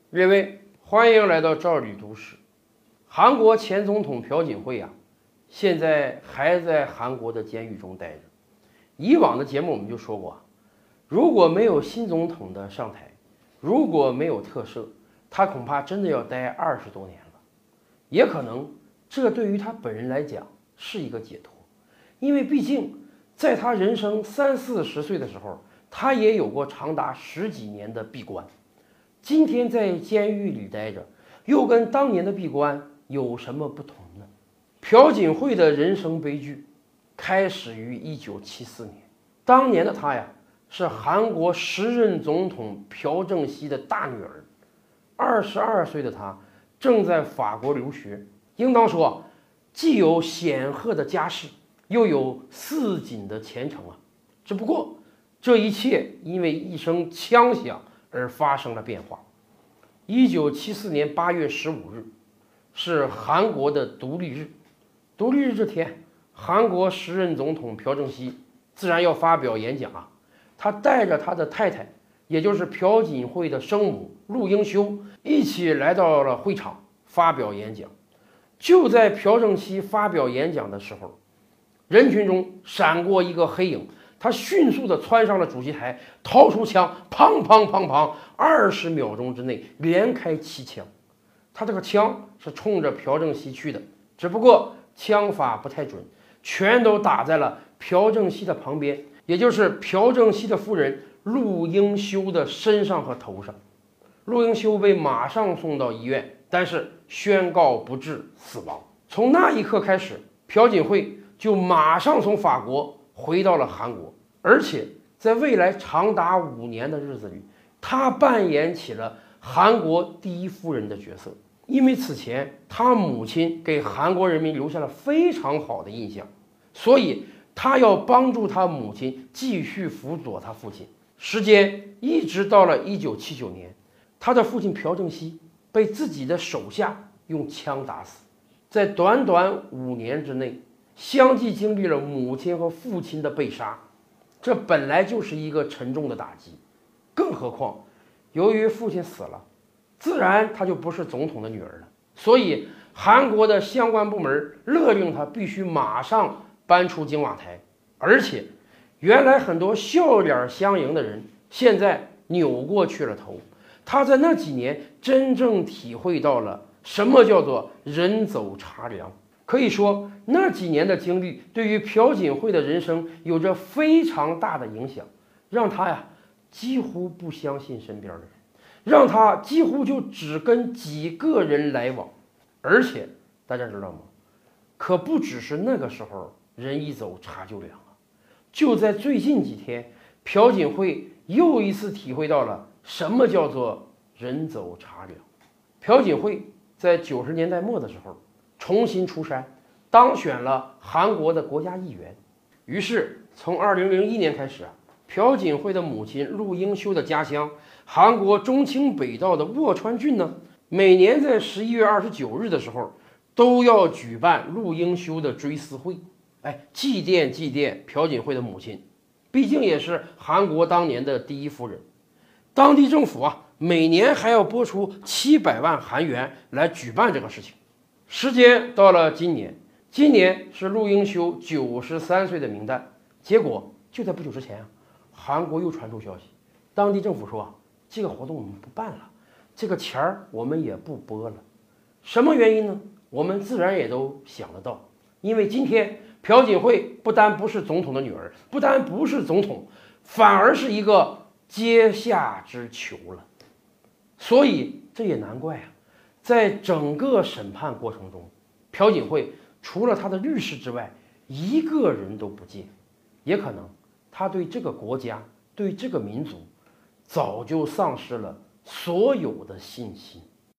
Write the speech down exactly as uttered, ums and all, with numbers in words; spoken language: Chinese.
各位，欢迎来到赵吕都市。韩国前总统朴槿惠啊，现在还在韩国的监狱中待着。以往的节目我们就说过，如果没有新总统的上台，如果没有特赦，他恐怕真的要待二十多年了。也可能这对于他本人来讲是一个解脱，因为毕竟在他人生三四十岁的时候，他也有过长达十几年的闭关。今天在监狱里待着，又跟当年的闭关有什么不同呢？朴槿惠的人生悲剧开始于一九七四年，当年的她呀是韩国时任总统朴正熙的大女儿，二十二岁的她正在法国留学，应当说既有显赫的家世，又有似锦的前程啊。只不过这一切因为一声枪响而发生了变化。一九七四年八月十五日是韩国的独立日。独立日这天，韩国时任总统朴正熙自然要发表演讲啊。他带着他的太太，也就是朴槿惠的生母陆英修，一起来到了会场发表演讲。就在朴正熙发表演讲的时候，人群中闪过一个黑影。他迅速地窜上了主席台，掏出枪，砰砰砰砰，二十秒钟之内连开七枪。他这个枪是冲着朴正熙去的，只不过枪法不太准，全都打在了朴正熙的旁边，也就是朴正熙的夫人陆英修的身上和头上。陆英修被马上送到医院，但是宣告不治死亡。从那一刻开始，朴槿惠就马上从法国回到了韩国，而且在未来长达五年的日子里，她扮演起了韩国第一夫人的角色。因为此前她母亲给韩国人民留下了非常好的印象，所以她要帮助她母亲继续辅佐她父亲。时间一直到了一九七九年，她的父亲朴正熙被自己的手下用枪打死。在短短五年之内，相继经历了母亲和父亲的被杀，这本来就是一个沉重的打击。更何况，由于父亲死了，自然她就不是总统的女儿了。所以，韩国的相关部门勒令她必须马上搬出金瓦台。而且，原来很多笑脸相迎的人，现在扭过去了头。她在那几年真正体会到了什么叫做人走茶凉。可以说，那几年的经历对于朴槿惠的人生有着非常大的影响，让她呀几乎不相信身边的人，让她几乎就只跟几个人来往。而且大家知道吗？可不只是那个时候人一走茶就凉啊！就在最近几天，朴槿惠又一次体会到了什么叫做人走茶凉。朴槿惠在九十年代末的时候重新出山，当选了韩国的国家议员。于是，从二零零一年开始啊，朴槿惠的母亲陆英修的家乡韩国中清北道的沃川郡呢，每年在十一月二十九日的时候，都要举办陆英修的追思会，哎，祭奠祭奠朴槿惠的母亲，毕竟也是韩国当年的第一夫人。当地政府啊，每年还要拨出七百万韩元来举办这个事情。时间到了今年，今年是陆英修九十三岁的名诞。结果就在不久之前啊，韩国又传出消息，当地政府说啊，这个活动我们不办了，这个钱儿我们也不拨了。什么原因呢？我们自然也都想得到，因为今天朴槿惠不单不是总统的女儿，不单不是总统，反而是一个阶下之囚了。所以这也难怪啊。在整个审判过程中，朴槿惠除了他的律师之外，一个人都不见。也可能他对这个国家、对这个民族，早就丧失了所有的信心。